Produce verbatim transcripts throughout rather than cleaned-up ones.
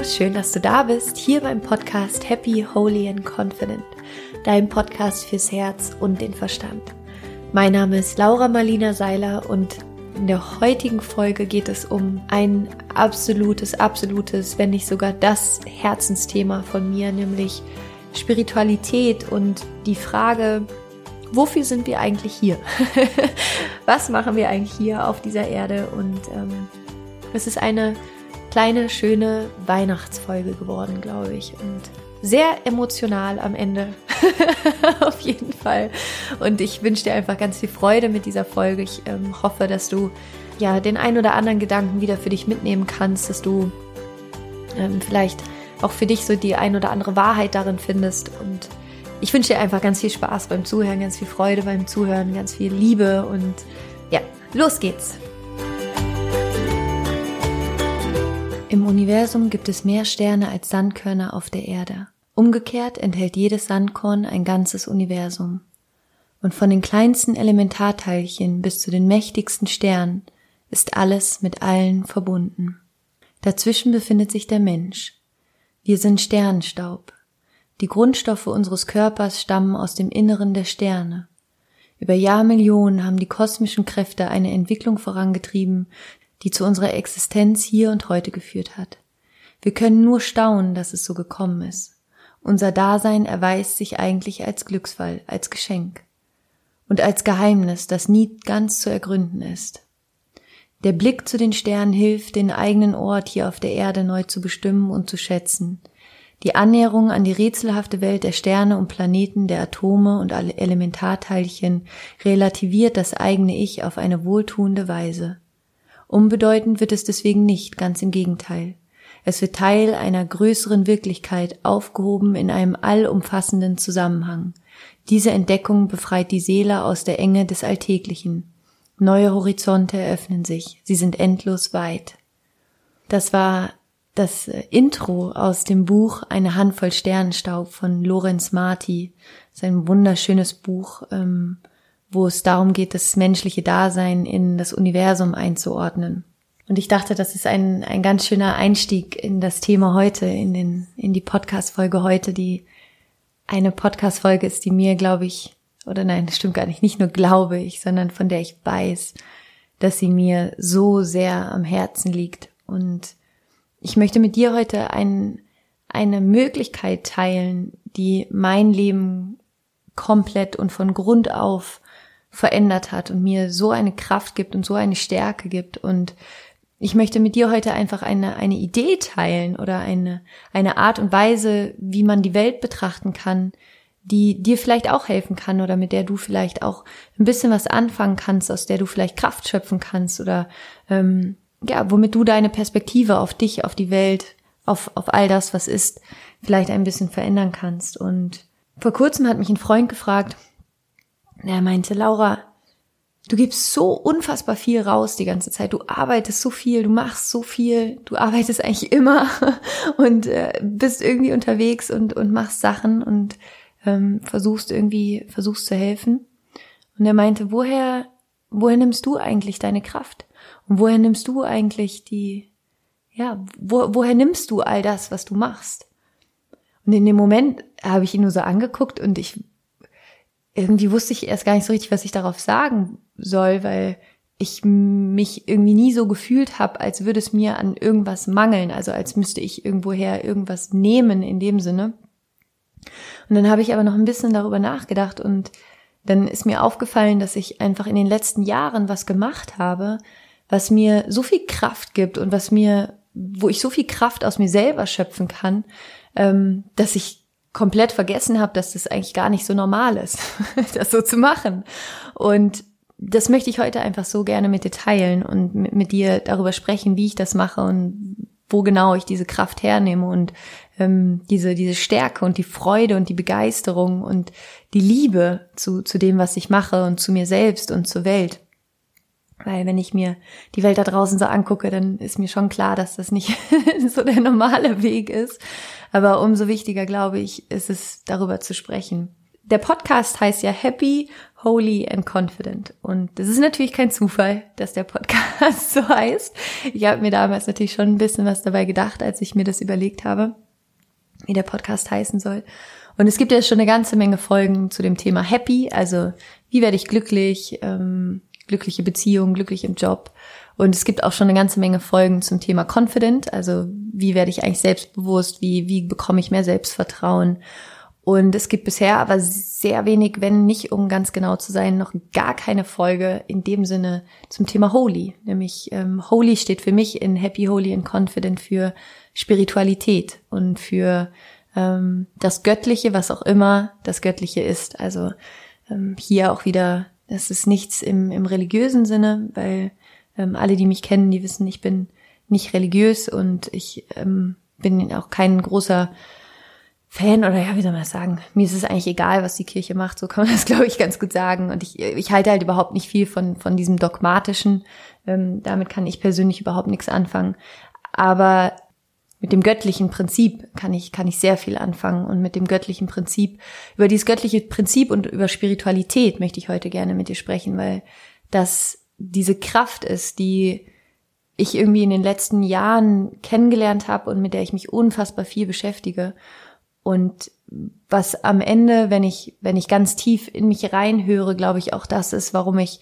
schön, dass du da bist, hier beim Podcast Happy, Holy and Confident, dein Podcast fürs Herz und den Verstand. Mein Name ist Laura Marlina Seiler und in der heutigen Folge geht es um ein absolutes, absolutes, wenn nicht sogar das Herzensthema von mir, nämlich Spiritualität und die Frage, wofür sind wir eigentlich hier? Was machen wir eigentlich hier auf dieser Erde? Und ähm, es ist eine kleine, schöne Weihnachtsfolge geworden, glaube ich. Und sehr emotional am Ende. Auf jeden Fall. Und ich wünsche dir einfach ganz viel Freude mit dieser Folge. Ich ähm, hoffe, dass du ja den ein oder anderen Gedanken wieder für dich mitnehmen kannst, dass du ähm, vielleicht auch für dich so die ein oder andere Wahrheit darin findest. Und ich wünsche dir einfach ganz viel Spaß beim Zuhören, ganz viel Freude beim Zuhören, ganz viel Liebe und ja, los geht's! Im Universum gibt es mehr Sterne als Sandkörner auf der Erde. Umgekehrt enthält jedes Sandkorn ein ganzes Universum. Und von den kleinsten Elementarteilchen bis zu den mächtigsten Sternen ist alles mit allen verbunden. Dazwischen befindet sich der Mensch. Wir sind Sternenstaub. Die Grundstoffe unseres Körpers stammen aus dem Inneren der Sterne. Über Jahrmillionen haben die kosmischen Kräfte eine Entwicklung vorangetrieben, die zu unserer Existenz hier und heute geführt hat. Wir können nur staunen, dass es so gekommen ist. Unser Dasein erweist sich eigentlich als Glücksfall, als Geschenk und als Geheimnis, das nie ganz zu ergründen ist. Der Blick zu den Sternen hilft, den eigenen Ort hier auf der Erde neu zu bestimmen und zu schätzen. Die Annäherung an die rätselhafte Welt der Sterne und Planeten, der Atome und alle Elementarteilchen relativiert das eigene Ich auf eine wohltuende Weise. Unbedeutend wird es deswegen nicht, ganz im Gegenteil. Es wird Teil einer größeren Wirklichkeit, aufgehoben in einem allumfassenden Zusammenhang. Diese Entdeckung befreit die Seele aus der Enge des Alltäglichen. Neue Horizonte eröffnen sich, sie sind endlos weit. Das war das Intro aus dem Buch Eine Handvoll Sternenstaub von Lorenz Marty. Das ist ein wunderschönes Buch, ähm, wo es darum geht, das menschliche Dasein in das Universum einzuordnen. Und ich dachte, das ist ein ein ganz schöner Einstieg in das Thema heute, in den in die Podcast-Folge heute, die eine Podcast-Folge ist, die mir, glaube ich, oder nein, das stimmt gar nicht, nicht nur glaube ich, sondern von der ich weiß, dass sie mir so sehr am Herzen liegt. Und ich möchte mit dir heute ein, eine Möglichkeit teilen, die mein Leben komplett und von Grund auf verändert hat und mir so eine Kraft gibt und so eine Stärke gibt. Und ich möchte mit dir heute einfach eine eine Idee teilen oder eine eine Art und Weise, wie man die Welt betrachten kann, die dir vielleicht auch helfen kann oder mit der du vielleicht auch ein bisschen was anfangen kannst, aus der du vielleicht Kraft schöpfen kannst oder ähm, ja, womit du deine Perspektive auf dich, auf die Welt, auf auf all das, was ist, vielleicht ein bisschen verändern kannst. Und vor kurzem hat mich ein Freund gefragt, er meinte, Laura, du gibst so unfassbar viel raus die ganze Zeit, du arbeitest so viel, du machst so viel, du arbeitest eigentlich immer und äh, bist irgendwie unterwegs und und machst Sachen und ähm, versuchst irgendwie, versuchst zu helfen. Und er meinte, woher, woher nimmst du eigentlich deine Kraft? Und woher nimmst du eigentlich die, ja, wo, woher nimmst du all das, was du machst? Und in dem Moment habe ich ihn nur so angeguckt und ich irgendwie wusste ich erst gar nicht so richtig, was ich darauf sagen soll, weil ich mich irgendwie nie so gefühlt habe, als würde es mir an irgendwas mangeln, also als müsste ich irgendwoher irgendwas nehmen in dem Sinne. Und dann habe ich aber noch ein bisschen darüber nachgedacht und dann ist mir aufgefallen, dass ich einfach in den letzten Jahren was gemacht habe, was mir so viel Kraft gibt und was mir, wo ich so viel Kraft aus mir selber schöpfen kann, ähm, dass ich komplett vergessen habe, dass das eigentlich gar nicht so normal ist, das so zu machen. Und das möchte ich heute einfach so gerne mit dir teilen und mit, mit dir darüber sprechen, wie ich das mache und wo genau ich diese Kraft hernehme und ähm, diese diese Stärke und die Freude und die Begeisterung und die Liebe zu zu dem, was ich mache und zu mir selbst und zur Welt. Weil wenn ich mir die Welt da draußen so angucke, dann ist mir schon klar, dass das nicht so der normale Weg ist. Aber umso wichtiger, glaube ich, ist es, darüber zu sprechen. der Podcast heißt ja Happy, Holy and Confident. Und das ist natürlich kein Zufall, dass der Podcast so heißt. Ich habe mir damals natürlich schon ein bisschen was dabei gedacht, als ich mir das überlegt habe, wie der Podcast heißen soll. Und es gibt ja schon eine ganze Menge Folgen zu dem Thema Happy, also wie werde ich glücklich, ähm, glückliche Beziehung, glücklich im Job. Und es gibt auch schon eine ganze Menge Folgen zum Thema Confident, also wie werde ich eigentlich selbstbewusst, wie wie bekomme ich mehr Selbstvertrauen. Und es gibt bisher aber sehr wenig, wenn nicht, um ganz genau zu sein, noch gar keine Folge in dem Sinne zum Thema Holy. Nämlich ähm, Holy steht für mich in Happy, Holy and Confident für Spiritualität und für ähm, das Göttliche, was auch immer das Göttliche ist. Also ähm, hier auch wieder, das ist nichts im, im religiösen Sinne, weil ähm, alle, die mich kennen, die wissen, ich bin nicht religiös und ich ähm, bin auch kein großer Fan oder ja, wie soll man das sagen? Mir ist es eigentlich egal, was die Kirche macht, so kann man das, glaube ich, ganz gut sagen. Und ich ich halte halt überhaupt nicht viel von von diesem Dogmatischen. Ähm, damit kann ich persönlich überhaupt nichts anfangen. Aber mit dem göttlichen Prinzip kann ich kann ich sehr viel anfangen. Und mit dem göttlichen Prinzip, über dieses göttliche Prinzip und über Spiritualität möchte ich heute gerne mit dir sprechen, weil das diese Kraft ist, die ich irgendwie in den letzten Jahren kennengelernt habe und mit der ich mich unfassbar viel beschäftige. Und was am Ende, wenn ich wenn ich ganz tief in mich reinhöre, glaube ich, auch das ist, warum ich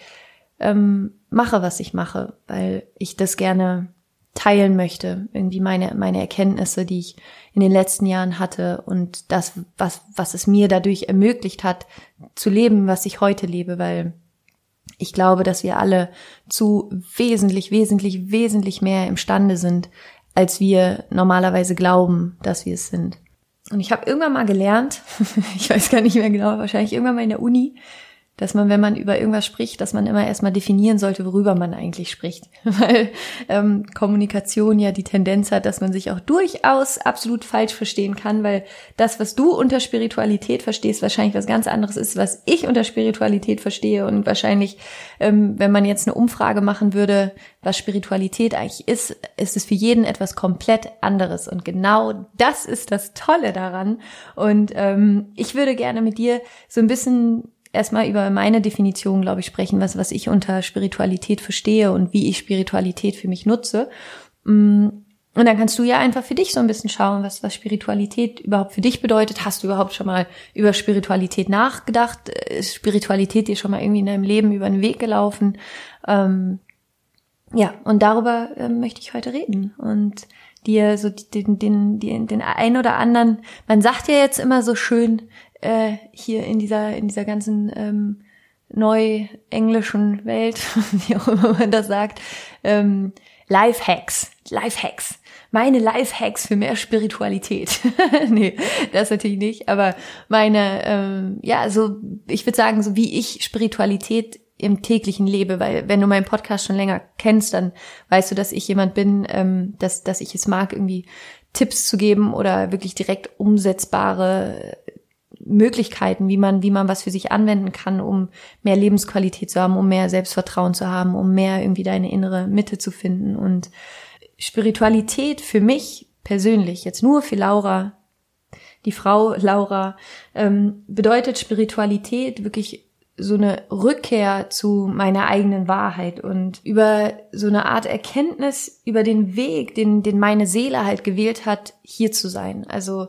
ähm, mache, was ich mache, weil ich das gerne teilen möchte, irgendwie meine meine Erkenntnisse, die ich in den letzten Jahren hatte und das, was was es mir dadurch ermöglicht hat, zu leben, was ich heute lebe, weil ich glaube, dass wir alle zu wesentlich, wesentlich, wesentlich mehr imstande sind, als wir normalerweise glauben, dass wir es sind. Und ich habe irgendwann mal gelernt, ich weiß gar nicht mehr genau, wahrscheinlich irgendwann mal in der Uni, dass man, wenn man über irgendwas spricht, dass man immer erstmal definieren sollte, worüber man eigentlich spricht. Weil ähm, Kommunikation ja die Tendenz hat, dass man sich auch durchaus absolut falsch verstehen kann, weil das, was du unter Spiritualität verstehst, wahrscheinlich was ganz anderes ist, was ich unter Spiritualität verstehe. Und wahrscheinlich, ähm, wenn man jetzt eine Umfrage machen würde, was Spiritualität eigentlich ist, ist es für jeden etwas komplett anderes. Und genau das ist das Tolle daran. Und ähm, ich würde gerne mit dir so ein bisschen erstmal über meine Definition, glaube ich, sprechen, was was ich unter Spiritualität verstehe und wie ich Spiritualität für mich nutze. Und dann kannst du ja einfach für dich so ein bisschen schauen, was was Spiritualität überhaupt für dich bedeutet. Hast du überhaupt schon mal über Spiritualität nachgedacht? Ist Spiritualität dir schon mal irgendwie in deinem Leben über den Weg gelaufen? Ähm, ja, und darüber ähm, möchte ich heute reden und dir so den den den den ein oder anderen. Man sagt ja jetzt immer so schön äh, hier in dieser in dieser ganzen ähm, neu-englischen Welt, wie auch immer man das sagt, ähm, Lifehacks, Lifehacks, meine Lifehacks für mehr Spiritualität. Nee, das natürlich nicht, aber meine, ähm, ja, so, ich würde sagen, so wie ich Spiritualität im täglichen lebe, weil wenn du meinen Podcast schon länger kennst, dann weißt du, dass ich jemand bin, ähm, dass dass ich es mag, irgendwie Tipps zu geben oder wirklich direkt umsetzbare Möglichkeiten, wie man wie man was für sich anwenden kann, um mehr Lebensqualität zu haben, um mehr Selbstvertrauen zu haben, um mehr irgendwie deine innere Mitte zu finden. Und Spiritualität für mich persönlich, jetzt nur für Laura, die Frau Laura, ähm, bedeutet Spiritualität wirklich so eine Rückkehr zu meiner eigenen Wahrheit und über so eine Art Erkenntnis über den Weg, den den meine Seele halt gewählt hat, hier zu sein. Also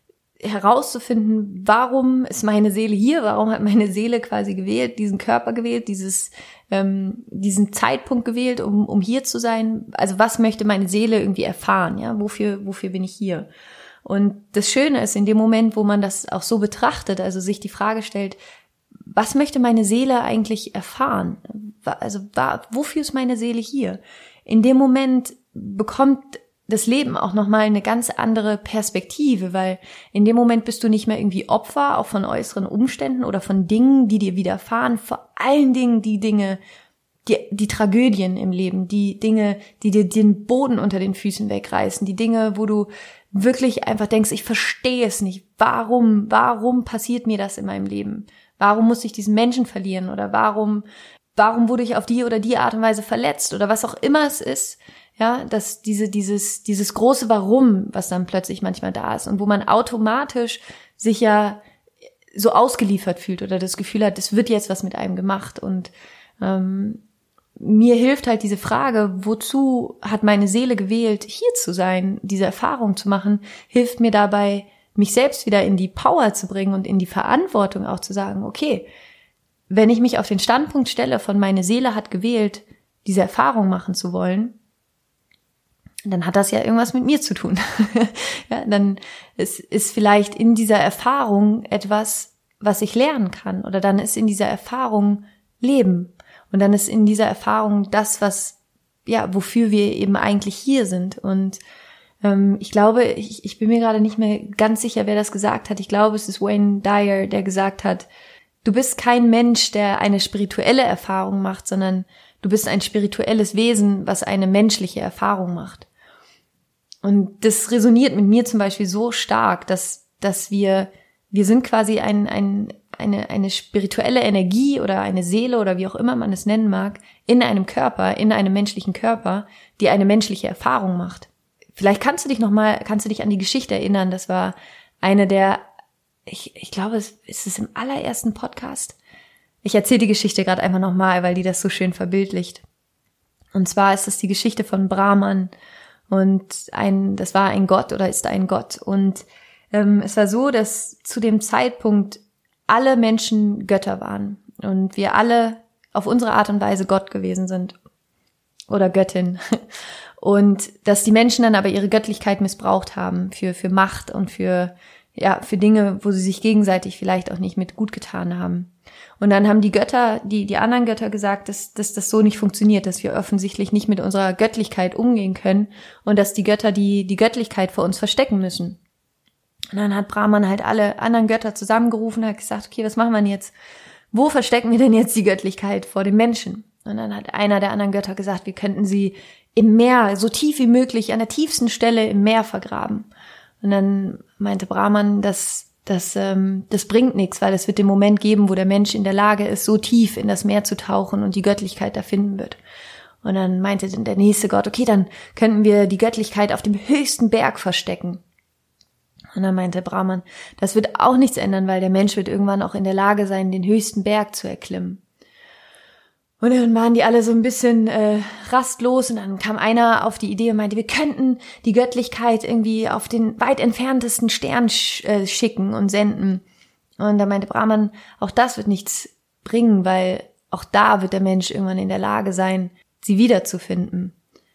herauszufinden, warum ist meine Seele hier, warum hat meine Seele quasi gewählt, diesen Körper gewählt, dieses ähm, diesen Zeitpunkt gewählt, um um hier zu sein. Also was möchte meine Seele irgendwie erfahren, ja? Wofür wofür bin ich hier? Und das Schöne ist, in dem Moment, wo man das auch so betrachtet, also sich die Frage stellt, was möchte meine Seele eigentlich erfahren? Also wofür ist meine Seele hier? In dem Moment bekommt das Leben auch nochmal eine ganz andere Perspektive, weil in dem Moment bist du nicht mehr irgendwie Opfer, auch von äußeren Umständen oder von Dingen, die dir widerfahren, vor allen Dingen die Dinge, die, die Tragödien im Leben, die Dinge, die dir den Boden unter den Füßen wegreißen, die Dinge, wo du wirklich einfach denkst, ich verstehe es nicht, warum, warum passiert mir das in meinem Leben? Warum muss ich diesen Menschen verlieren oder warum, warum wurde ich auf die oder die Art und Weise verletzt oder was auch immer es ist? Ja, dass diese, dieses, dieses große Warum, was dann plötzlich manchmal da ist und wo man automatisch sich ja so ausgeliefert fühlt oder das Gefühl hat, es wird jetzt was mit einem gemacht. Und ähm, mir hilft halt diese Frage, wozu hat meine Seele gewählt, hier zu sein, diese Erfahrung zu machen, hilft mir dabei, mich selbst wieder in die Power zu bringen und in die Verantwortung auch zu sagen, okay, wenn ich mich auf den Standpunkt stelle, von meine Seele hat gewählt, diese Erfahrung machen zu wollen, dann hat das ja irgendwas mit mir zu tun. Ja, dann ist, ist vielleicht in dieser Erfahrung etwas, was ich lernen kann. Oder dann ist in dieser Erfahrung Leben. Und dann ist in dieser Erfahrung das, was, ja, wofür wir eben eigentlich hier sind. Und ähm, ich glaube, ich, ich bin mir gerade nicht mehr ganz sicher, wer das gesagt hat. Ich glaube, es ist Wayne Dyer, der gesagt hat, du bist kein Mensch, der eine spirituelle Erfahrung macht, sondern du bist ein spirituelles Wesen, was eine menschliche Erfahrung macht. Und das resoniert mit mir zum Beispiel so stark, dass dass wir wir sind quasi ein ein eine eine spirituelle Energie oder eine Seele oder wie auch immer man es nennen mag, in einem Körper, in einem menschlichen Körper, die eine menschliche Erfahrung macht. Vielleicht kannst du dich noch mal, kannst du dich an die Geschichte erinnern. Das war eine der, ich ich glaube, es ist es im allerersten Podcast. Ich erzähle die Geschichte gerade einfach noch mal, weil die das so schön verbildlicht. Und zwar ist es die Geschichte von Brahman. Und ein, das war ein Gott oder ist ein Gott. Und ähm, es war so, dass zu dem Zeitpunkt alle Menschen Götter waren. Und wir alle auf unsere Art und Weise Gott gewesen sind. Oder Göttin. Und dass die Menschen dann aber ihre Göttlichkeit missbraucht haben für, für Macht und für, ja, für Dinge, wo sie sich gegenseitig vielleicht auch nicht mit gut getan haben. Und dann haben die Götter, die, die anderen Götter gesagt, dass, dass das so nicht funktioniert, dass wir offensichtlich nicht mit unserer Göttlichkeit umgehen können und dass die Götter die, die Göttlichkeit vor uns verstecken müssen. Und dann hat Brahman halt alle anderen Götter zusammengerufen und hat gesagt, okay, was machen wir denn jetzt? Wo verstecken wir denn jetzt die Göttlichkeit vor den Menschen? Und dann hat einer der anderen Götter gesagt, wir könnten sie im Meer, so tief wie möglich, an der tiefsten Stelle im Meer vergraben. Und dann meinte Brahman, dass Das, ähm, das bringt nichts, weil es wird den Moment geben, wo der Mensch in der Lage ist, so tief in das Meer zu tauchen und die Göttlichkeit da finden wird. Und dann meinte dann der nächste Gott, okay, dann könnten wir die Göttlichkeit auf dem höchsten Berg verstecken. Und dann meinte Brahman, das wird auch nichts ändern, weil der Mensch wird irgendwann auch in der Lage sein, den höchsten Berg zu erklimmen. Und dann waren die alle so ein bisschen äh, rastlos und dann kam einer auf die Idee und meinte, wir könnten die Göttlichkeit irgendwie auf den weit entferntesten Stern sch- äh, schicken und senden. Und da meinte Brahman, auch das wird nichts bringen, weil auch da wird der Mensch irgendwann in der Lage sein, sie wiederzufinden.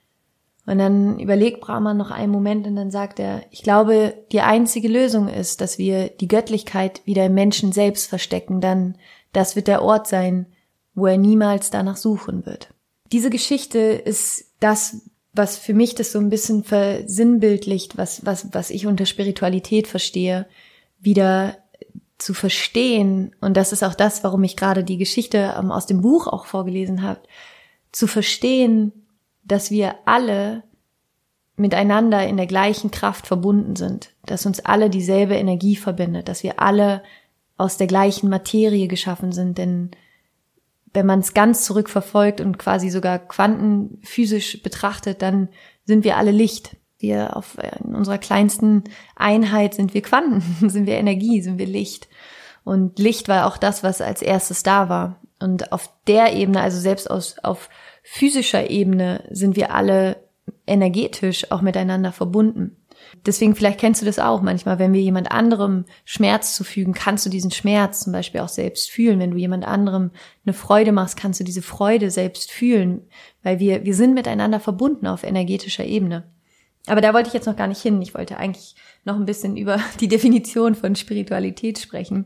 Und dann überlegt Brahman noch einen Moment und dann sagt er, ich glaube, die einzige Lösung ist, dass wir die Göttlichkeit wieder im Menschen selbst verstecken, dann das wird der Ort sein, wo er niemals danach suchen wird. Diese Geschichte ist das, was für mich das so ein bisschen versinnbildlicht, was, was, was ich unter Spiritualität verstehe, wieder zu verstehen. Und das ist auch das, warum ich gerade die Geschichte ähm, aus dem Buch auch vorgelesen habe, zu verstehen, dass wir alle miteinander in der gleichen Kraft verbunden sind, dass uns alle dieselbe Energie verbindet, dass wir alle aus der gleichen Materie geschaffen sind, denn wenn man es ganz zurückverfolgt und quasi sogar quantenphysisch betrachtet, dann sind wir alle Licht. Wir auf in unserer kleinsten Einheit sind wir Quanten, sind wir Energie, sind wir Licht. Und Licht war auch das, was als erstes da war. Und auf der Ebene, also selbst aus, auf physischer Ebene, sind wir alle energetisch auch miteinander verbunden. Deswegen, vielleicht kennst du das auch manchmal, wenn wir jemand anderem Schmerz zufügen, kannst du diesen Schmerz zum Beispiel auch selbst fühlen. Wenn du jemand anderem eine Freude machst, kannst du diese Freude selbst fühlen, weil wir wir sind miteinander verbunden auf energetischer Ebene. Aber da wollte ich jetzt noch gar nicht hin. Ich wollte eigentlich noch ein bisschen über die Definition von Spiritualität sprechen.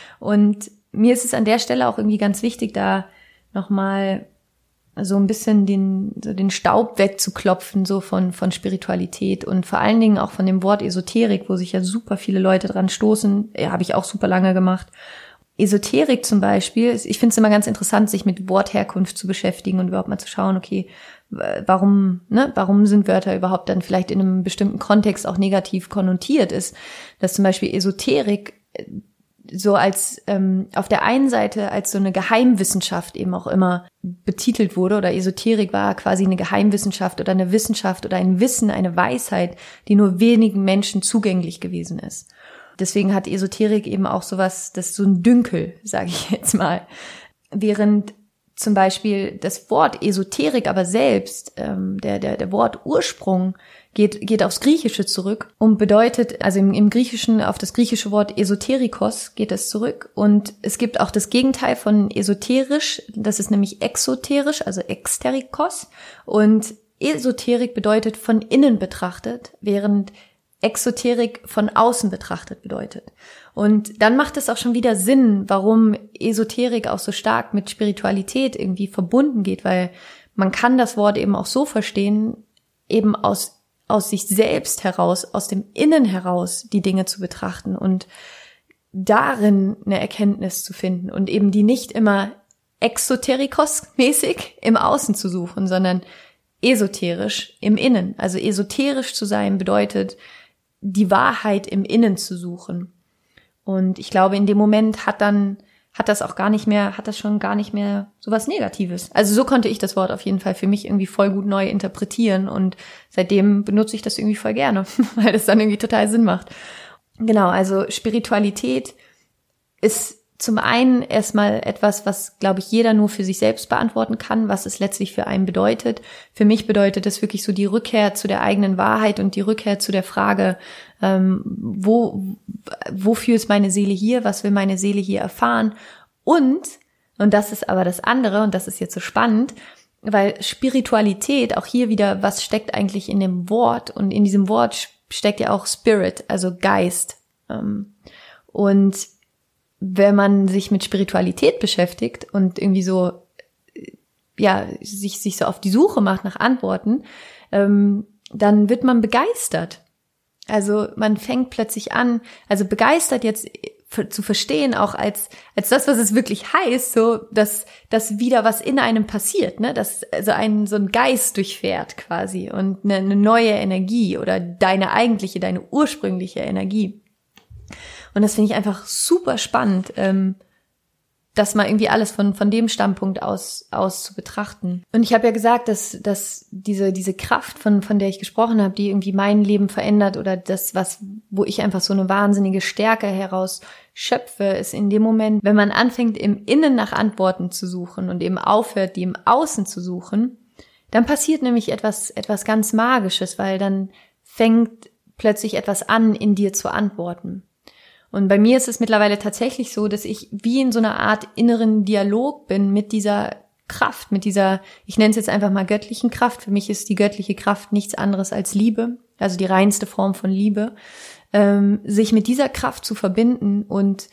Und mir ist es an der Stelle auch irgendwie ganz wichtig, da nochmal so ein bisschen den so den Staub wegzuklopfen, so von von Spiritualität und vor allen Dingen auch von dem Wort Esoterik, wo sich ja super viele Leute dran stoßen. Ja, habe ich auch super lange gemacht. Esoterik zum Beispiel, ich finde es immer ganz interessant, sich mit Wortherkunft zu beschäftigen und überhaupt mal zu schauen, okay, warum, ne, warum sind Wörter überhaupt dann vielleicht in einem bestimmten Kontext auch negativ konnotiert ist, dass zum Beispiel Esoterik so als ähm, auf der einen Seite als so eine Geheimwissenschaft eben auch immer betitelt wurde, oder Esoterik war quasi eine Geheimwissenschaft oder eine Wissenschaft oder ein Wissen, eine Weisheit, die nur wenigen Menschen zugänglich gewesen ist. Deswegen hat Esoterik eben auch sowas, das ist so ein Dünkel, sage ich jetzt mal. Während zum Beispiel das Wort Esoterik aber selbst, ähm, der, der, der Wortursprung geht, geht aufs Griechische zurück und bedeutet, also im, im Griechischen, auf das griechische Wort Esoterikos geht es zurück. Und es gibt auch das Gegenteil von esoterisch, das ist nämlich exoterisch, also exterikos. Und Esoterik bedeutet von innen betrachtet, während Exoterik von außen betrachtet bedeutet. Und dann macht es auch schon wieder Sinn, warum Esoterik auch so stark mit Spiritualität irgendwie verbunden geht, weil man kann das Wort eben auch so verstehen, eben aus, aus sich selbst heraus, aus dem Innen heraus die Dinge zu betrachten und darin eine Erkenntnis zu finden und eben die nicht immer exoterikos-mäßig im Außen zu suchen, sondern esoterisch im Innen. Also esoterisch zu sein bedeutet, die Wahrheit im Innen zu suchen. Und ich glaube, in dem Moment hat dann, hat das auch gar nicht mehr, hat das schon gar nicht mehr so was Negatives. Also so konnte ich das Wort auf jeden Fall für mich irgendwie voll gut neu interpretieren und seitdem benutze ich das irgendwie voll gerne, weil das dann irgendwie total Sinn macht. Genau, also Spiritualität ist zum einen erstmal etwas, was, glaube ich, jeder nur für sich selbst beantworten kann, was es letztlich für einen bedeutet. Für mich bedeutet es wirklich so die Rückkehr zu der eigenen Wahrheit und die Rückkehr zu der Frage, ähm, wo, wofür ist meine Seele hier, was will meine Seele hier erfahren? Und, und das ist aber das andere, und das ist jetzt so spannend, weil Spiritualität, auch hier wieder, was steckt eigentlich in dem Wort? Und in diesem Wort steckt ja auch Spirit, also Geist. Und wenn man sich mit Spiritualität beschäftigt und irgendwie so, ja, sich, sich so auf die Suche macht nach Antworten, ähm, dann wird man begeistert. Also man fängt plötzlich an, also begeistert jetzt zu verstehen, auch als, als das, was es wirklich heißt, so, dass, dass wieder was in einem passiert, ne, dass also einen so ein Geist durchfährt quasi und eine, eine neue Energie oder deine eigentliche, deine ursprüngliche Energie. Und das finde ich einfach super spannend, ähm, das mal irgendwie alles von von dem Standpunkt aus aus zu betrachten. Und ich habe ja gesagt, dass dass diese diese Kraft, von von der ich gesprochen habe, die irgendwie mein Leben verändert oder das, was wo ich einfach so eine wahnsinnige Stärke heraus schöpfe, ist in dem Moment, wenn man anfängt, im Innen nach Antworten zu suchen und eben aufhört, die im Außen zu suchen, dann passiert nämlich etwas etwas ganz Magisches, weil dann fängt plötzlich etwas an, in dir zu antworten. Und bei mir ist es mittlerweile tatsächlich so, dass ich wie in so einer Art inneren Dialog bin mit dieser Kraft, mit dieser, ich nenne es jetzt einfach mal göttlichen Kraft. Für mich ist die göttliche Kraft nichts anderes als Liebe, also die reinste Form von Liebe, ähm, sich mit dieser Kraft zu verbinden und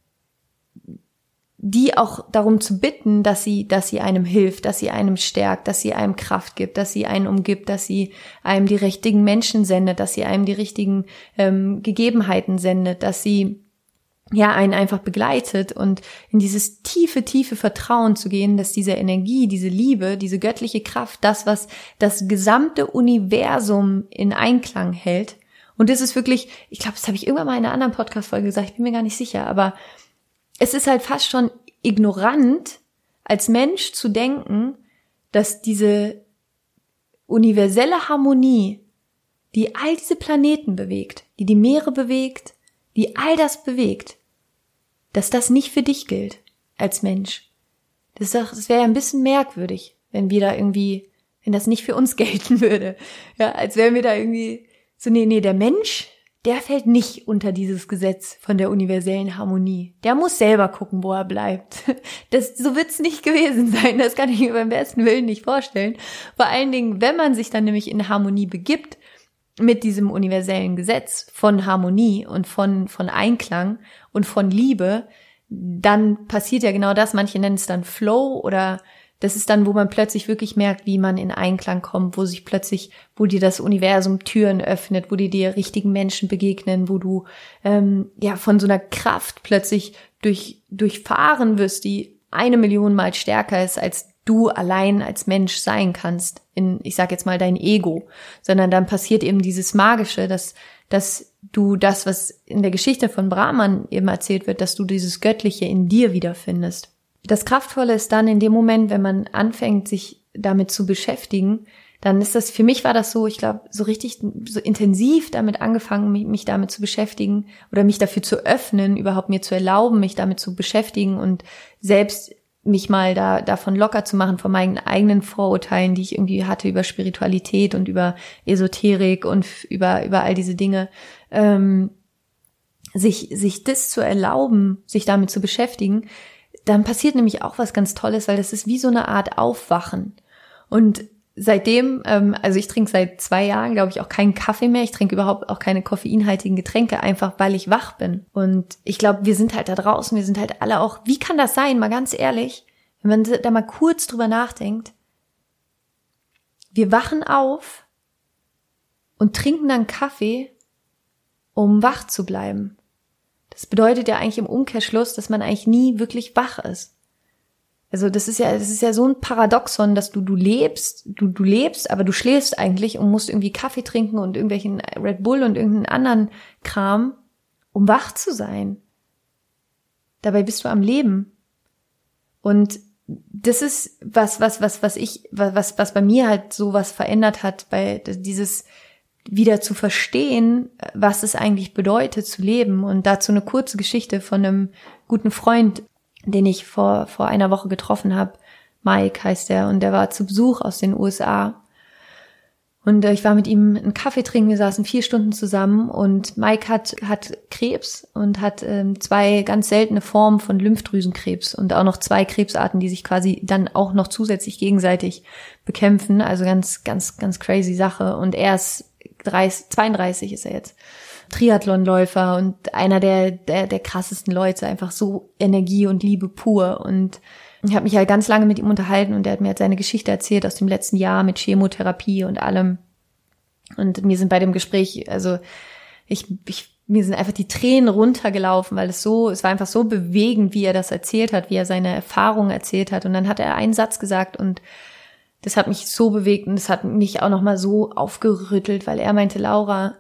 die auch darum zu bitten, dass sie, dass sie einem hilft, dass sie einem stärkt, dass sie einem Kraft gibt, dass sie einen umgibt, dass sie einem die richtigen Menschen sendet, dass sie einem die richtigen ähm, Gegebenheiten sendet, dass sie ja einen einfach begleitet und in dieses tiefe, tiefe Vertrauen zu gehen, dass diese Energie, diese Liebe, diese göttliche Kraft, das, was das gesamte Universum in Einklang hält. Und das ist wirklich, ich glaube, das habe ich irgendwann mal in einer anderen Podcast-Folge gesagt, ich bin mir gar nicht sicher, aber es ist halt fast schon ignorant, als Mensch zu denken, dass diese universelle Harmonie, die all diese Planeten bewegt, die die Meere bewegt, die all das bewegt, dass das nicht für dich gilt als Mensch. Das, das wäre ja ein bisschen merkwürdig, wenn wir da irgendwie, wenn das nicht für uns gelten würde. Ja, als wären wir da irgendwie so, nee, nee, der Mensch, der fällt nicht unter dieses Gesetz von der universellen Harmonie. Der muss selber gucken, wo er bleibt. Das, so wird's nicht gewesen sein. Das kann ich mir beim besten Willen nicht vorstellen. Vor allen Dingen, wenn man sich dann nämlich in Harmonie begibt mit diesem universellen Gesetz von Harmonie und von, von Einklang und von Liebe, dann passiert ja genau das. Manche nennen es dann Flow oder das ist dann, wo man plötzlich wirklich merkt, wie man in Einklang kommt, wo sich plötzlich, wo dir das Universum Türen öffnet, wo dir die richtigen Menschen begegnen, wo du ähm, ja von so einer Kraft plötzlich durch durchfahren wirst, die eine Million Mal stärker ist, als du allein als Mensch sein kannst, in, ich sag jetzt mal, dein Ego. Sondern dann passiert eben dieses Magische, dass, dass du das, was in der Geschichte von Brahman eben erzählt wird, dass du dieses Göttliche in dir wiederfindest. Das Kraftvolle ist dann in dem Moment, wenn man anfängt, sich damit zu beschäftigen, dann ist das, für mich war das so, ich glaube, so richtig, so intensiv damit angefangen, mich, mich damit zu beschäftigen oder mich dafür zu öffnen, überhaupt mir zu erlauben, mich damit zu beschäftigen und selbst mich mal da davon locker zu machen, von meinen eigenen Vorurteilen, die ich irgendwie hatte über Spiritualität und über Esoterik und über über all diese Dinge, ähm, sich sich das zu erlauben, sich damit zu beschäftigen, dann passiert nämlich auch was ganz Tolles, weil das ist wie so eine Art Aufwachen. Und seitdem, ähm, also ich trinke seit zwei Jahren, glaube ich, auch keinen Kaffee mehr. Ich trinke überhaupt auch keine koffeinhaltigen Getränke, einfach weil ich wach bin. Und ich glaube, wir sind halt da draußen, wir sind halt alle auch, wie kann das sein, mal ganz ehrlich, wenn man da mal kurz drüber nachdenkt, wir wachen auf und trinken dann Kaffee, um wach zu bleiben. Das bedeutet ja eigentlich im Umkehrschluss, dass man eigentlich nie wirklich wach ist. Also das ist ja, das ist ja so ein Paradoxon, dass du, du lebst, du, du lebst, aber du schläfst eigentlich und musst irgendwie Kaffee trinken und irgendwelchen Red Bull und irgendeinen anderen Kram, um wach zu sein. Dabei bist du am Leben. Und das ist was, was, was, was ich, was, was bei mir halt so was verändert hat, bei dieses wieder zu verstehen, was es eigentlich bedeutet zu leben. Und dazu eine kurze Geschichte von einem guten Freund, den ich vor vor einer Woche getroffen habe. Mike heißt er und der war zu Besuch aus den U S A. Und äh, ich war mit ihm einen Kaffee trinken, wir saßen vier Stunden zusammen und Mike hat hat Krebs und hat ähm, zwei ganz seltene Formen von Lymphdrüsenkrebs und auch noch zwei Krebsarten, die sich quasi dann auch noch zusätzlich gegenseitig bekämpfen. Also ganz, ganz, ganz crazy Sache. Und er ist dreißig, zweiunddreißig ist er jetzt. Triathlonläufer und einer der, der der krassesten Leute, einfach so Energie und Liebe pur. Und ich habe mich halt ganz lange mit ihm unterhalten und er hat mir halt seine Geschichte erzählt aus dem letzten Jahr mit Chemotherapie und allem. Und mir sind bei dem Gespräch, also ich, ich mir sind einfach die Tränen runtergelaufen, weil es so, es war einfach so bewegend, wie er das erzählt hat, wie er seine Erfahrungen erzählt hat. Und dann hat er einen Satz gesagt und das hat mich so bewegt und das hat mich auch nochmal so aufgerüttelt, weil er meinte, Laura,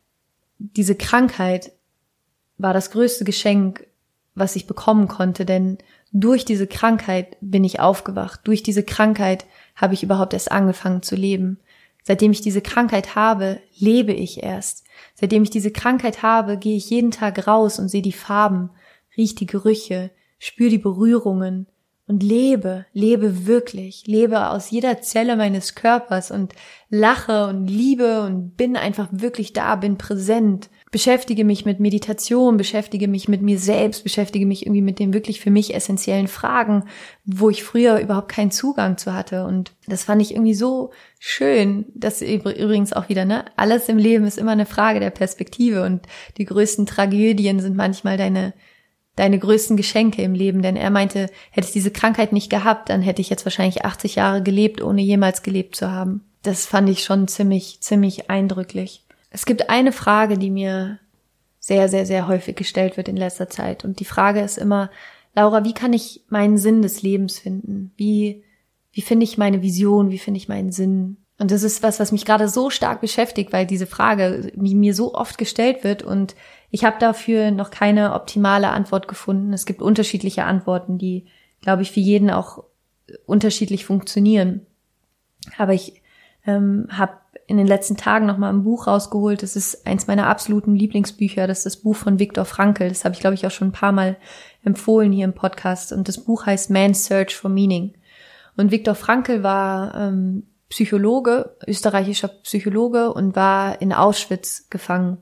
diese Krankheit war das größte Geschenk, was ich bekommen konnte, denn durch diese Krankheit bin ich aufgewacht. Durch diese Krankheit habe ich überhaupt erst angefangen zu leben. Seitdem ich diese Krankheit habe, lebe ich erst. Seitdem ich diese Krankheit habe, gehe ich jeden Tag raus und sehe die Farben, rieche die Gerüche, spüre die Berührungen und lebe, lebe wirklich, lebe aus jeder Zelle meines Körpers und lache und liebe und bin einfach wirklich da, bin präsent, beschäftige mich mit Meditation, beschäftige mich mit mir selbst, beschäftige mich irgendwie mit den wirklich für mich essentiellen Fragen, wo ich früher überhaupt keinen Zugang zu hatte. Und das fand ich irgendwie so schön, dass übrigens auch wieder, ne, alles im Leben ist immer eine Frage der Perspektive und die größten Tragödien sind manchmal deine deine größten Geschenke im Leben, denn er meinte, hätte ich diese Krankheit nicht gehabt, dann hätte ich jetzt wahrscheinlich achtzig Jahre gelebt, ohne jemals gelebt zu haben. Das fand ich schon ziemlich, ziemlich eindrücklich. Es gibt eine Frage, die mir sehr, sehr, sehr häufig gestellt wird in letzter Zeit und die Frage ist immer, Laura, wie kann ich meinen Sinn des Lebens finden? Wie, wie finde ich meine Vision? Wie finde ich meinen Sinn? Und das ist was, was mich gerade so stark beschäftigt, weil diese Frage mir so oft gestellt wird und ich habe dafür noch keine optimale Antwort gefunden. Es gibt unterschiedliche Antworten, die, glaube ich, für jeden auch unterschiedlich funktionieren. Aber ich ähm, habe in den letzten Tagen noch mal ein Buch rausgeholt. Das ist eins meiner absoluten Lieblingsbücher. Das ist das Buch von Viktor Frankl. Das habe ich, glaube ich, auch schon ein paar Mal empfohlen hier im Podcast. Und das Buch heißt Man's Search for Meaning. Und Viktor Frankl war ähm, Psychologe, österreichischer Psychologe und war in Auschwitz gefangen.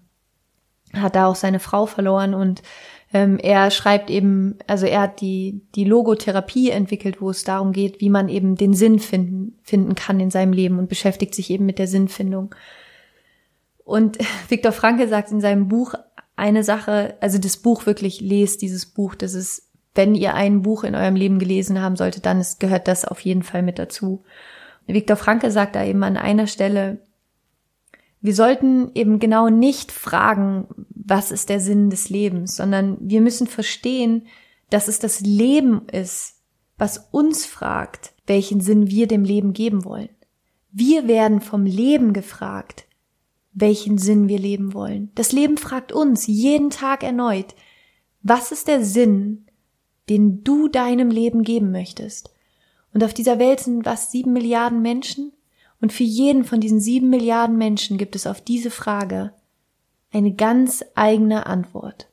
Hat da auch seine Frau verloren und ähm, er schreibt eben, also er hat die die Logotherapie entwickelt, wo es darum geht, wie man eben den Sinn finden finden kann in seinem Leben und beschäftigt sich eben mit der Sinnfindung. Und Viktor Frankl sagt in seinem Buch eine Sache, also das Buch wirklich, lest dieses Buch, das ist, wenn ihr ein Buch in eurem Leben gelesen haben solltet, dann ist, gehört das auf jeden Fall mit dazu. Viktor Frankl sagt da eben an einer Stelle, wir sollten eben genau nicht fragen, was ist der Sinn des Lebens, sondern wir müssen verstehen, dass es das Leben ist, was uns fragt, welchen Sinn wir dem Leben geben wollen. Wir werden vom Leben gefragt, welchen Sinn wir leben wollen. Das Leben fragt uns jeden Tag erneut, was ist der Sinn, den du deinem Leben geben möchtest? Und auf dieser Welt sind was, sieben Milliarden Menschen? Und für jeden von diesen sieben Milliarden Menschen gibt es auf diese Frage eine ganz eigene Antwort.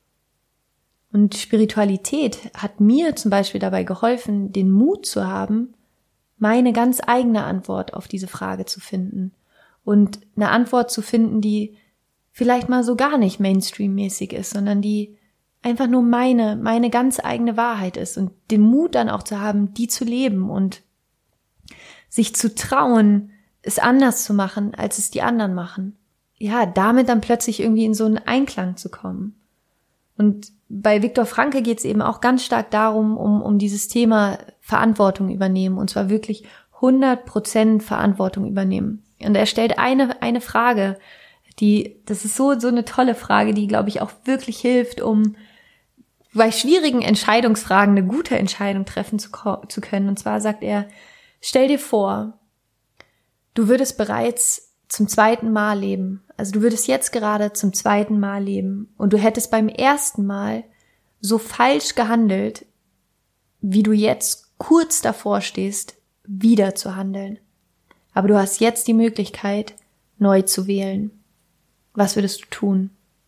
Und Spiritualität hat mir zum Beispiel dabei geholfen, den Mut zu haben, meine ganz eigene Antwort auf diese Frage zu finden. Und eine Antwort zu finden, die vielleicht mal so gar nicht Mainstream-mäßig ist, sondern die einfach nur meine, meine ganz eigene Wahrheit ist. Und den Mut dann auch zu haben, die zu leben und sich zu trauen, es anders zu machen, als es die anderen machen. Ja, damit dann plötzlich irgendwie in so einen Einklang zu kommen. Und bei Viktor Frankl geht es eben auch ganz stark darum, um, um dieses Thema Verantwortung übernehmen. Und zwar wirklich hundert Prozent Verantwortung übernehmen. Und er stellt eine, eine Frage, die, das ist so, so eine tolle Frage, die, glaube ich, auch wirklich hilft, um bei schwierigen Entscheidungsfragen eine gute Entscheidung treffen zu, zu können. Und zwar sagt er, stell dir vor, du würdest bereits zum zweiten Mal leben. Also du würdest jetzt gerade zum zweiten Mal leben und du hättest beim ersten Mal so falsch gehandelt, wie du jetzt kurz davor stehst, wieder zu handeln. Aber du hast jetzt die Möglichkeit, neu zu wählen. Was würdest du tun?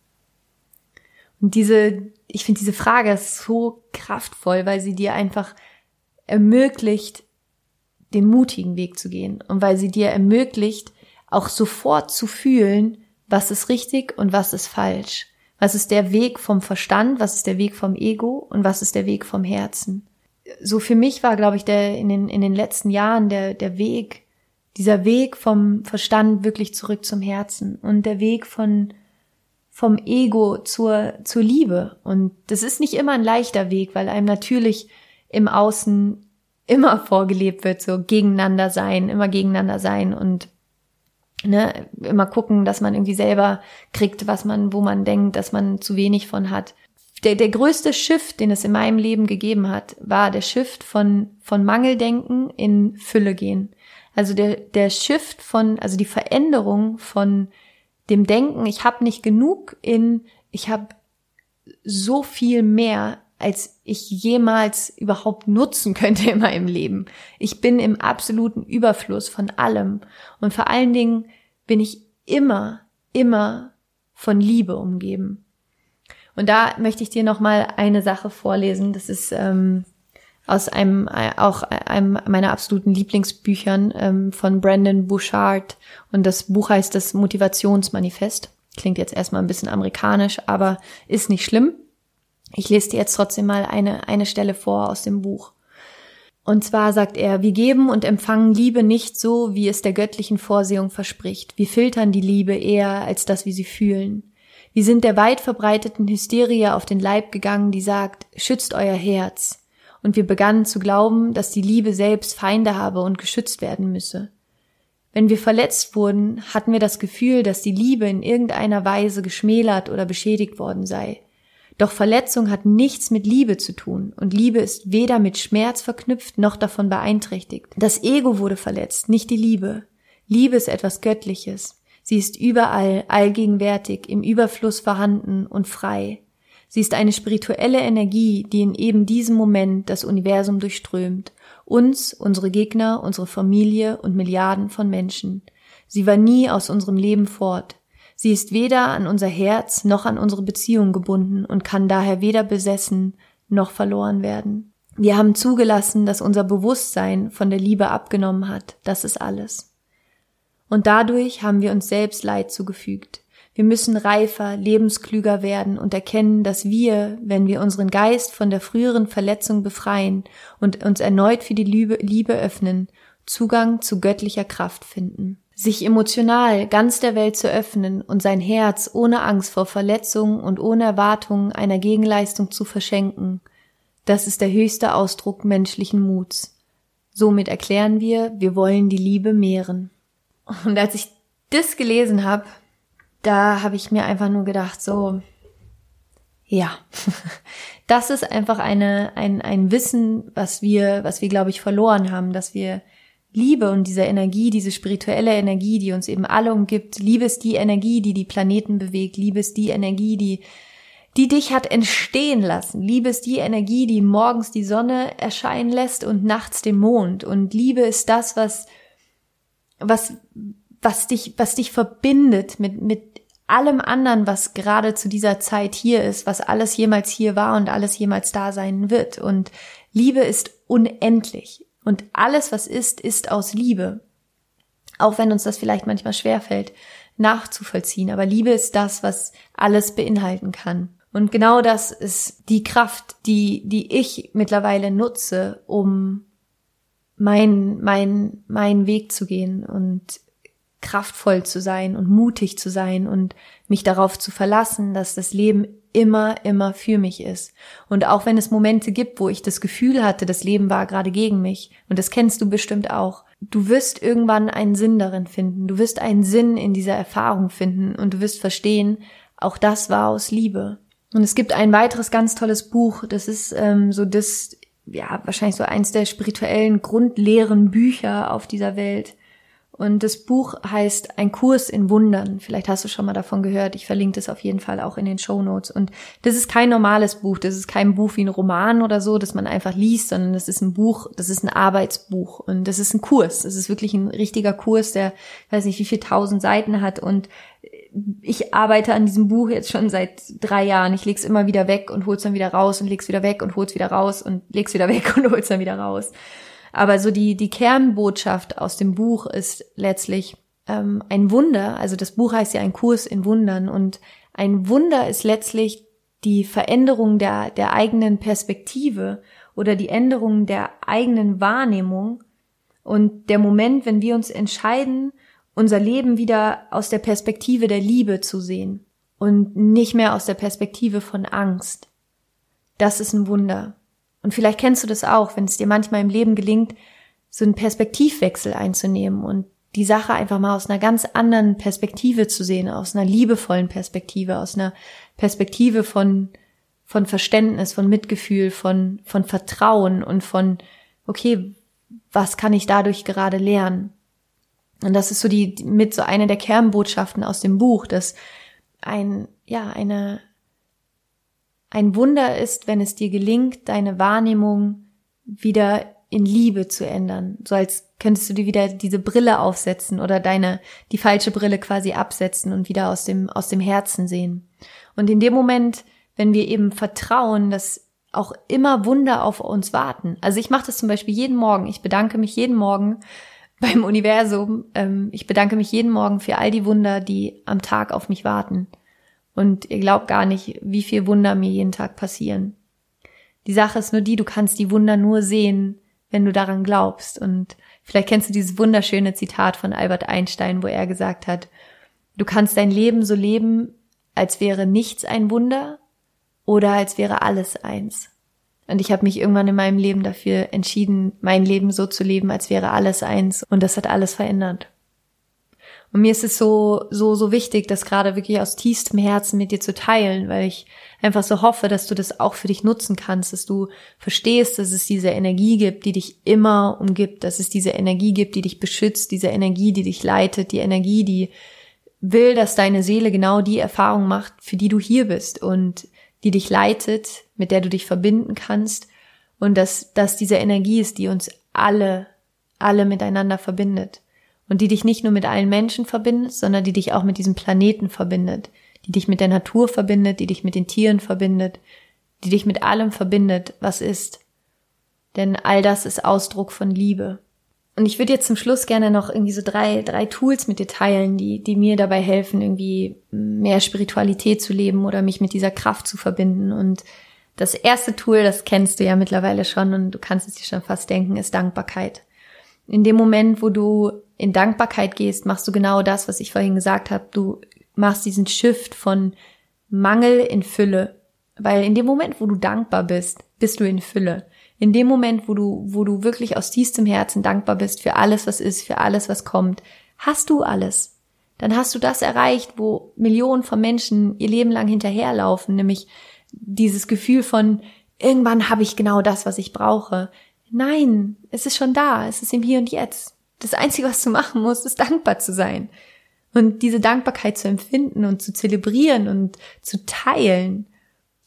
Und diese, ich finde diese Frage ist so kraftvoll, weil sie dir einfach ermöglicht, den mutigen Weg zu gehen und weil sie dir ermöglicht, auch sofort zu fühlen, was ist richtig und was ist falsch. Was ist der Weg vom Verstand, was ist der Weg vom Ego und was ist der Weg vom Herzen. So für mich war, glaube ich, der in den in den letzten Jahren der der Weg, dieser Weg vom Verstand wirklich zurück zum Herzen und der Weg von vom Ego zur zur Liebe. Und das ist nicht immer ein leichter Weg, weil einem natürlich im Außen immer vorgelebt wird, so gegeneinander sein, immer gegeneinander sein und ne, immer gucken, dass man irgendwie selber kriegt, was man, wo man denkt, dass man zu wenig von hat. Der, der größte Shift, den es in meinem Leben gegeben hat, war der Shift von, von Mangeldenken in Fülle gehen. Also der, der Shift von, also die Veränderung von dem Denken, ich habe nicht genug in, ich habe so viel mehr, als ich jemals überhaupt nutzen könnte in meinem Leben. Ich bin im absoluten Überfluss von allem. Und vor allen Dingen bin ich immer, immer von Liebe umgeben. Und da möchte ich dir nochmal eine Sache vorlesen. Das ist ähm, aus einem, auch einem meiner absoluten Lieblingsbüchern ähm, von Brendon Burchard. Und das Buch heißt das Motivationsmanifest. Klingt jetzt erstmal ein bisschen amerikanisch, aber ist nicht schlimm. Ich lese dir jetzt trotzdem mal eine, eine Stelle vor aus dem Buch. Und zwar sagt er, wir geben und empfangen Liebe nicht so, wie es der göttlichen Vorsehung verspricht. Wir filtern die Liebe eher, als dass wir sie fühlen. Wir sind der weit verbreiteten Hysterie auf den Leib gegangen, die sagt, schützt euer Herz. Und wir begannen zu glauben, dass die Liebe selbst Feinde habe und geschützt werden müsse. Wenn wir verletzt wurden, hatten wir das Gefühl, dass die Liebe in irgendeiner Weise geschmälert oder beschädigt worden sei. Doch Verletzung hat nichts mit Liebe zu tun und Liebe ist weder mit Schmerz verknüpft noch davon beeinträchtigt. Das Ego wurde verletzt, nicht die Liebe. Liebe ist etwas Göttliches. Sie ist überall, allgegenwärtig, im Überfluss vorhanden und frei. Sie ist eine spirituelle Energie, die in eben diesem Moment das Universum durchströmt. Uns, unsere Gegner, unsere Familie und Milliarden von Menschen. Sie war nie aus unserem Leben fort. Sie ist weder an unser Herz noch an unsere Beziehung gebunden und kann daher weder besessen noch verloren werden. Wir haben zugelassen, dass unser Bewusstsein von der Liebe abgenommen hat. Das ist alles. Und dadurch haben wir uns selbst Leid zugefügt. Wir müssen reifer, lebensklüger werden und erkennen, dass wir, wenn wir unseren Geist von der früheren Verletzung befreien und uns erneut für die Liebe, Liebe öffnen, Zugang zu göttlicher Kraft finden. Sich emotional ganz der Welt zu öffnen und sein Herz ohne Angst vor Verletzungen und ohne Erwartungen einer Gegenleistung zu verschenken, das ist der höchste Ausdruck menschlichen Muts. Somit erklären wir, wir wollen die Liebe mehren. Und als ich das gelesen habe, da habe ich mir einfach nur gedacht, so, ja, das ist einfach eine ein ein Wissen, was wir, was wir, glaube ich, verloren haben, dass wir Liebe und diese Energie, diese spirituelle Energie, die uns eben alle umgibt. Liebe ist die Energie, die die Planeten bewegt. Liebe ist die Energie, die die dich hat entstehen lassen. Liebe ist die Energie, die morgens die Sonne erscheinen lässt und nachts den Mond. Und Liebe ist das, was, was, was dich, was dich verbindet mit, mit allem anderen, was gerade zu dieser Zeit hier ist, was alles jemals hier war und alles jemals da sein wird. Und Liebe ist unendlich. Und alles, was ist, ist aus Liebe. Auch wenn uns das vielleicht manchmal schwerfällt, nachzuvollziehen. Aber Liebe ist das, was alles beinhalten kann. Und genau das ist die Kraft, die, die ich mittlerweile nutze, um meinen, meinen, meinen Weg zu gehen und kraftvoll zu sein und mutig zu sein und mich darauf zu verlassen, dass das Leben immer, immer für mich ist. Und auch wenn es Momente gibt, wo ich das Gefühl hatte, das Leben war gerade gegen mich, und das kennst du bestimmt auch, du wirst irgendwann einen Sinn darin finden, du wirst einen Sinn in dieser Erfahrung finden und du wirst verstehen, auch das war aus Liebe. Und es gibt ein weiteres ganz tolles Buch, das ist ähm, so das, ja, wahrscheinlich so eins der spirituellen grundleeren Bücher auf dieser Welt. Und das Buch heißt Ein Kurs in Wundern. Vielleicht hast du schon mal davon gehört. Ich verlinke das auf jeden Fall auch in den Shownotes. Und das ist kein normales Buch. Das ist kein Buch wie ein Roman oder so, das man einfach liest, sondern das ist ein Buch, das ist ein Arbeitsbuch. Und das ist ein Kurs. Das ist wirklich ein richtiger Kurs, der, ich weiß nicht, wie viel tausend Seiten hat. Und ich arbeite an diesem Buch jetzt schon seit drei Jahren. Ich leg's immer wieder weg und hol's dann wieder raus und leg's wieder weg und hol's wieder raus und leg's wieder weg und hol's dann wieder raus. Aber so die die Kernbotschaft aus dem Buch ist letztlich ähm, ein Wunder. Also das Buch heißt ja Ein Kurs in Wundern. Und ein Wunder ist letztlich die Veränderung der der eigenen Perspektive oder die Änderung der eigenen Wahrnehmung und der Moment, wenn wir uns entscheiden, unser Leben wieder aus der Perspektive der Liebe zu sehen und nicht mehr aus der Perspektive von Angst. Das ist ein Wunder. Und vielleicht kennst du das auch, wenn es dir manchmal im Leben gelingt, so einen Perspektivwechsel einzunehmen und die Sache einfach mal aus einer ganz anderen Perspektive zu sehen, aus einer liebevollen Perspektive, aus einer Perspektive von von Verständnis, von Mitgefühl, von von Vertrauen und von, okay, was kann ich dadurch gerade lernen? Und das ist so die mit so eine der Kernbotschaften aus dem Buch, dass ein ja eine ein Wunder ist, wenn es dir gelingt, deine Wahrnehmung wieder in Liebe zu ändern. So als könntest du dir wieder diese Brille aufsetzen oder deine, die falsche Brille quasi absetzen und wieder aus dem, aus dem Herzen sehen. Und in dem Moment, wenn wir eben vertrauen, dass auch immer Wunder auf uns warten. Also ich mache das zum Beispiel jeden Morgen. Ich bedanke mich jeden Morgen beim Universum. Ich bedanke mich jeden Morgen für all die Wunder, die am Tag auf mich warten. Und ihr glaubt gar nicht, wie viel Wunder mir jeden Tag passieren. Die Sache ist nur die, du kannst die Wunder nur sehen, wenn du daran glaubst. Und vielleicht kennst du dieses wunderschöne Zitat von Albert Einstein, wo er gesagt hat, du kannst dein Leben so leben, als wäre nichts ein Wunder oder als wäre alles eins. Und ich habe mich irgendwann in meinem Leben dafür entschieden, mein Leben so zu leben, als wäre alles eins. Und das hat alles verändert. Und mir ist es so, so, so wichtig, das gerade wirklich aus tiefstem Herzen mit dir zu teilen, weil ich einfach so hoffe, dass du das auch für dich nutzen kannst, dass du verstehst, dass es diese Energie gibt, die dich immer umgibt, dass es diese Energie gibt, die dich beschützt, diese Energie, die dich leitet, die Energie, die will, dass deine Seele genau die Erfahrung macht, für die du hier bist und die dich leitet, mit der du dich verbinden kannst und dass, dass diese Energie ist, die uns alle, alle miteinander verbindet. Und die dich nicht nur mit allen Menschen verbindet, sondern die dich auch mit diesem Planeten verbindet, die dich mit der Natur verbindet, die dich mit den Tieren verbindet, die dich mit allem verbindet, was ist. Denn all das ist Ausdruck von Liebe. Und ich würde jetzt zum Schluss gerne noch irgendwie so drei, drei Tools mit dir teilen, die, die mir dabei helfen, irgendwie mehr Spiritualität zu leben oder mich mit dieser Kraft zu verbinden. Und das erste Tool, das kennst du ja mittlerweile schon und du kannst es dir schon fast denken, ist Dankbarkeit. In dem Moment, wo du in Dankbarkeit gehst, machst du genau das, was ich vorhin gesagt habe. Du machst diesen Shift von Mangel in Fülle. Weil in dem Moment, wo du dankbar bist, bist du in Fülle. In dem Moment, wo du, wo du wirklich aus tiefstem Herzen dankbar bist für alles, was ist, für alles, was kommt, hast du alles. Dann hast du das erreicht, wo Millionen von Menschen ihr Leben lang hinterherlaufen, nämlich dieses Gefühl von, irgendwann habe ich genau das, was ich brauche. Nein, es ist schon da, es ist im Hier und Jetzt. Das Einzige, was du machen musst, ist dankbar zu sein. Und diese Dankbarkeit zu empfinden und zu zelebrieren und zu teilen.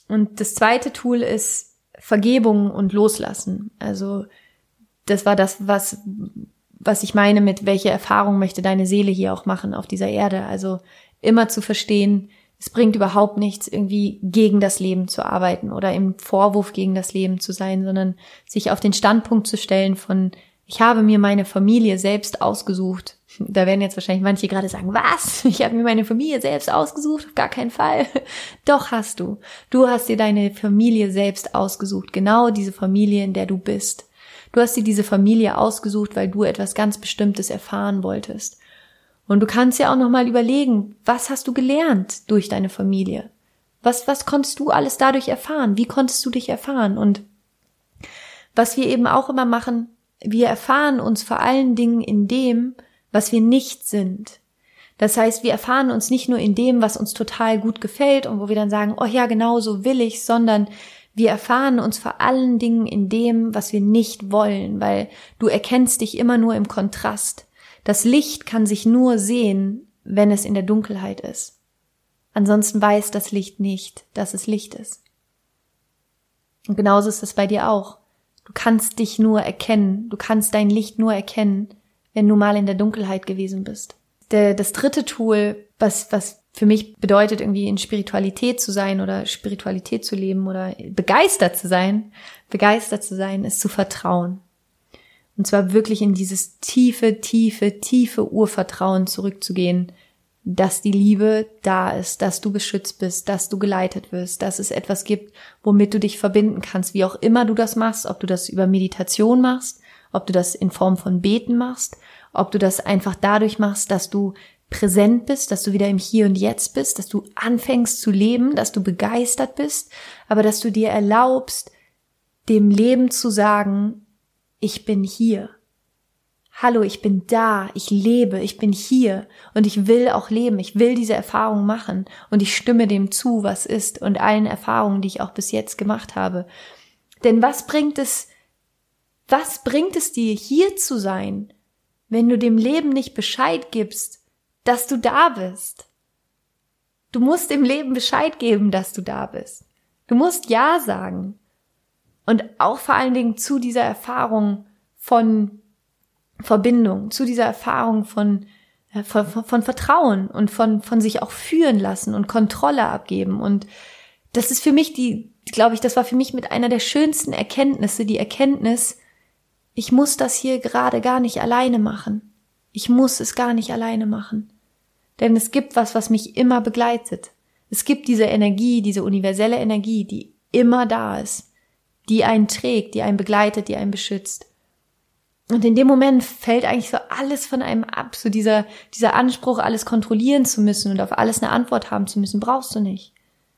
Und das zweite Tool ist Vergebung und Loslassen. Also das war das, was was ich meine mit, welche Erfahrung möchte deine Seele hier auch machen auf dieser Erde. Also immer zu verstehen, es bringt überhaupt nichts, irgendwie gegen das Leben zu arbeiten oder im Vorwurf gegen das Leben zu sein, sondern sich auf den Standpunkt zu stellen von, ich habe mir meine Familie selbst ausgesucht. Da werden jetzt wahrscheinlich manche gerade sagen, was? Ich habe mir meine Familie selbst ausgesucht? Auf gar keinen Fall. Doch hast du. Du hast dir deine Familie selbst ausgesucht. Genau diese Familie, in der du bist. Du hast dir diese Familie ausgesucht, weil du etwas ganz Bestimmtes erfahren wolltest. Und du kannst ja auch nochmal überlegen, was hast du gelernt durch deine Familie? Was, was konntest du alles dadurch erfahren? Wie konntest du dich erfahren? Und was wir eben auch immer machen, wir erfahren uns vor allen Dingen in dem, was wir nicht sind. Das heißt, wir erfahren uns nicht nur in dem, was uns total gut gefällt und wo wir dann sagen, oh ja, genau so will ich, sondern wir erfahren uns vor allen Dingen in dem, was wir nicht wollen, weil du erkennst dich immer nur im Kontrast. Das Licht kann sich nur sehen, wenn es in der Dunkelheit ist. Ansonsten weiß das Licht nicht, dass es Licht ist. Und genauso ist es bei dir auch. Du kannst dich nur erkennen, du kannst dein Licht nur erkennen, wenn du mal in der Dunkelheit gewesen bist. Der, das dritte Tool, was, was für mich bedeutet, irgendwie in Spiritualität zu sein oder Spiritualität zu leben oder begeistert zu sein, begeistert zu sein, ist zu vertrauen. Und zwar wirklich in dieses tiefe, tiefe, tiefe Urvertrauen zurückzugehen, dass die Liebe da ist, dass du beschützt bist, dass du geleitet wirst, dass es etwas gibt, womit du dich verbinden kannst, wie auch immer du das machst, ob du das über Meditation machst, ob du das in Form von Beten machst, ob du das einfach dadurch machst, dass du präsent bist, dass du wieder im Hier und Jetzt bist, dass du anfängst zu leben, dass du begeistert bist, aber dass du dir erlaubst, dem Leben zu sagen, ich bin hier. Hallo, ich bin da, ich lebe, ich bin hier und ich will auch leben, ich will diese Erfahrung machen und ich stimme dem zu, was ist und allen Erfahrungen, die ich auch bis jetzt gemacht habe. Denn was bringt es, was bringt es dir, hier zu sein, wenn du dem Leben nicht Bescheid gibst, dass du da bist? Du musst dem Leben Bescheid geben, dass du da bist. Du musst Ja sagen. Und auch vor allen Dingen zu dieser Erfahrung von Verbindung, zu dieser Erfahrung von, von, von, von Vertrauen und von, von sich auch führen lassen und Kontrolle abgeben. Und das ist für mich die, glaube ich, das war für mich mit einer der schönsten Erkenntnisse, die Erkenntnis, ich muss das hier gerade gar nicht alleine machen. Ich muss es gar nicht alleine machen. Denn es gibt was, was mich immer begleitet. Es gibt diese Energie, diese universelle Energie, die immer da ist, die einen trägt, die einen begleitet, die einen beschützt. Und in dem Moment fällt eigentlich so alles von einem ab, so dieser, dieser Anspruch, alles kontrollieren zu müssen und auf alles eine Antwort haben zu müssen, brauchst du nicht.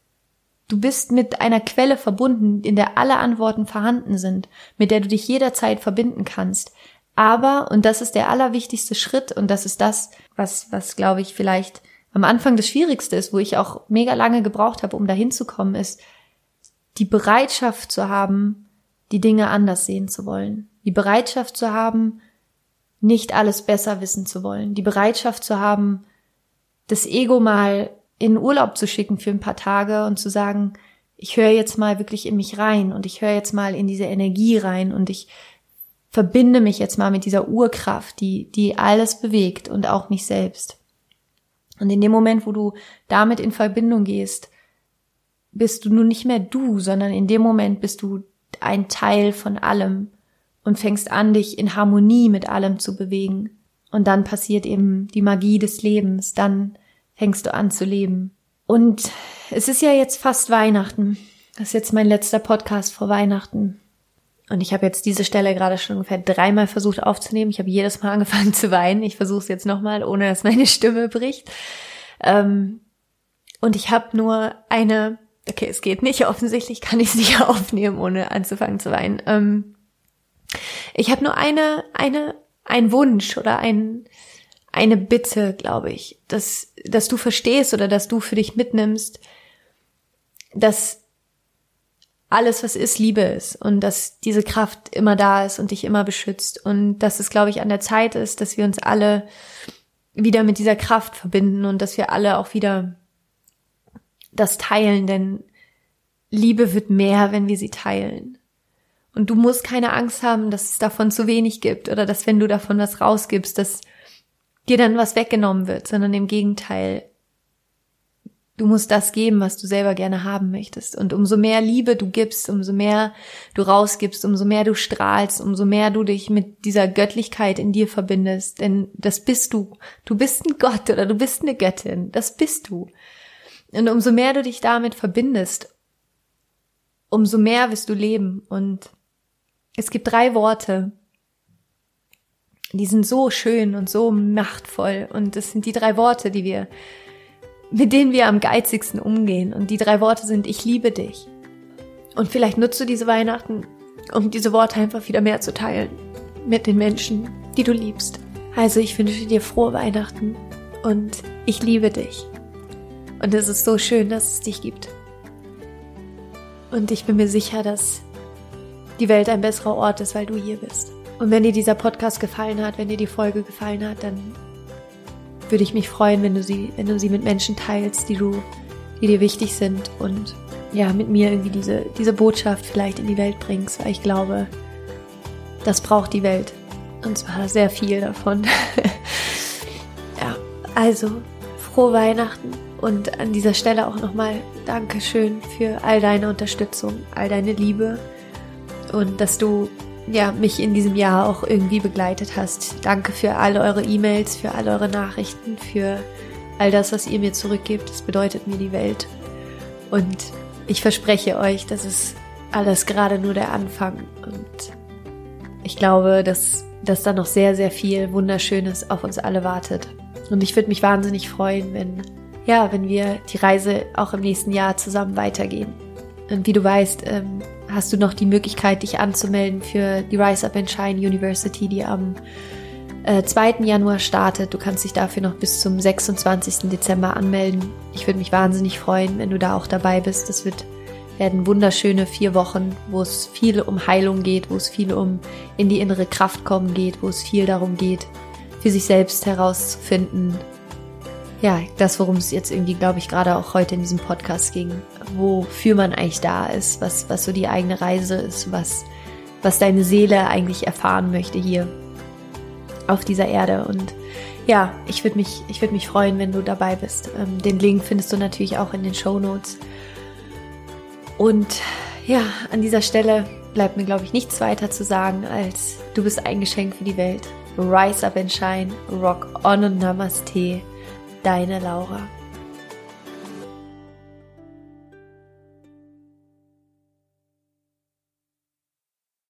Du bist mit einer Quelle verbunden, in der alle Antworten vorhanden sind, mit der du dich jederzeit verbinden kannst. Aber, und das ist der allerwichtigste Schritt und das ist das, was, was glaube ich vielleicht am Anfang das Schwierigste ist, wo ich auch mega lange gebraucht habe, um dahin zu kommen, ist die Bereitschaft zu haben, die Dinge anders sehen zu wollen. Die Bereitschaft zu haben, nicht alles besser wissen zu wollen. Die Bereitschaft zu haben, das Ego mal in Urlaub zu schicken für ein paar Tage und zu sagen, ich höre jetzt mal wirklich in mich rein und ich höre jetzt mal in diese Energie rein und ich verbinde mich jetzt mal mit dieser Urkraft, die, die alles bewegt und auch mich selbst. Und in dem Moment, wo du damit in Verbindung gehst, bist du nun nicht mehr du, sondern in dem Moment bist du ein Teil von allem und fängst an, dich in Harmonie mit allem zu bewegen. Und dann passiert eben die Magie des Lebens, dann fängst du an zu leben. Und es ist ja jetzt fast Weihnachten. Das ist jetzt mein letzter Podcast vor Weihnachten. Und ich habe jetzt diese Stelle gerade schon ungefähr dreimal versucht aufzunehmen. Ich habe jedes Mal angefangen zu weinen. Ich versuche es jetzt nochmal, ohne dass meine Stimme bricht. Ähm, und ich habe nur eine, okay, es geht nicht, offensichtlich kann ich es nicht aufnehmen, ohne anzufangen zu weinen. Ähm, ich habe nur eine, eine, ein Wunsch oder ein, eine Bitte, glaube ich, dass, dass du verstehst oder dass du für dich mitnimmst, dass alles, was ist, Liebe ist und dass diese Kraft immer da ist und dich immer beschützt und dass es, glaube ich, an der Zeit ist, dass wir uns alle wieder mit dieser Kraft verbinden und dass wir alle auch wieder das teilen, denn Liebe wird mehr, wenn wir sie teilen. Und du musst keine Angst haben, dass es davon zu wenig gibt oder dass, wenn du davon was rausgibst, dass dir dann was weggenommen wird, sondern im Gegenteil, du musst das geben, was du selber gerne haben möchtest. Und umso mehr Liebe du gibst, umso mehr du rausgibst, umso mehr du strahlst, umso mehr du dich mit dieser Göttlichkeit in dir verbindest. Denn das bist du. Du bist ein Gott oder du bist eine Göttin. Das bist du. Und umso mehr du dich damit verbindest, umso mehr wirst du leben. Und es gibt drei Worte, die sind so schön und so machtvoll. Und das sind die drei Worte, die wir, mit denen wir am geizigsten umgehen. Und die drei Worte sind: Ich liebe dich. Und vielleicht nutzt du diese Weihnachten, um diese Worte einfach wieder mehr zu teilen mit den Menschen, die du liebst. Also ich wünsche dir frohe Weihnachten und ich liebe dich. Und es ist so schön, dass es dich gibt. Und ich bin mir sicher, dass die Welt ein besserer Ort ist, weil du hier bist. Und wenn dir dieser Podcast gefallen hat, wenn dir die Folge gefallen hat, dann würde ich mich freuen, wenn du sie, wenn du sie mit Menschen teilst, die du, die dir wichtig sind und ja, mit mir irgendwie diese, diese Botschaft vielleicht in die Welt bringst, weil ich glaube, das braucht die Welt. Und zwar sehr viel davon. Ja, also frohe Weihnachten und an dieser Stelle auch nochmal Dankeschön für all deine Unterstützung, all deine Liebe und dass du ja, mich in diesem Jahr auch irgendwie begleitet hast. Danke für alle eure E-Mails, für all eure Nachrichten, für all das, was ihr mir zurückgebt. Das bedeutet mir die Welt. Und ich verspreche euch, das ist alles gerade nur der Anfang. Und ich glaube, dass, dass da noch sehr, sehr viel Wunderschönes auf uns alle wartet. Und ich würde mich wahnsinnig freuen, wenn, ja, wenn wir die Reise auch im nächsten Jahr zusammen weitergehen. Und wie du weißt, ähm, hast du noch die Möglichkeit, dich anzumelden für die Rise Up and Shine University, die am äh, zweiten Januar startet. Du kannst dich dafür noch bis zum sechsundzwanzigsten Dezember anmelden. Ich würde mich wahnsinnig freuen, wenn du da auch dabei bist. Das wird, werden wunderschöne vier Wochen, wo es viel um Heilung geht, wo es viel um in die innere Kraft kommen geht, wo es viel darum geht, für sich selbst herauszufinden, ja, das, worum es jetzt irgendwie, glaube ich, gerade auch heute in diesem Podcast ging, wofür man eigentlich da ist, was, was so die eigene Reise ist, was, was deine Seele eigentlich erfahren möchte hier auf dieser Erde. Und ja, ich würde mich, ich würde mich freuen, wenn du dabei bist. Ähm, den Link findest du natürlich auch in den Shownotes. Und ja, an dieser Stelle bleibt mir, glaube ich, nichts weiter zu sagen, als du bist ein Geschenk für die Welt. Rise up and shine, rock on und Namaste. Deine Laura.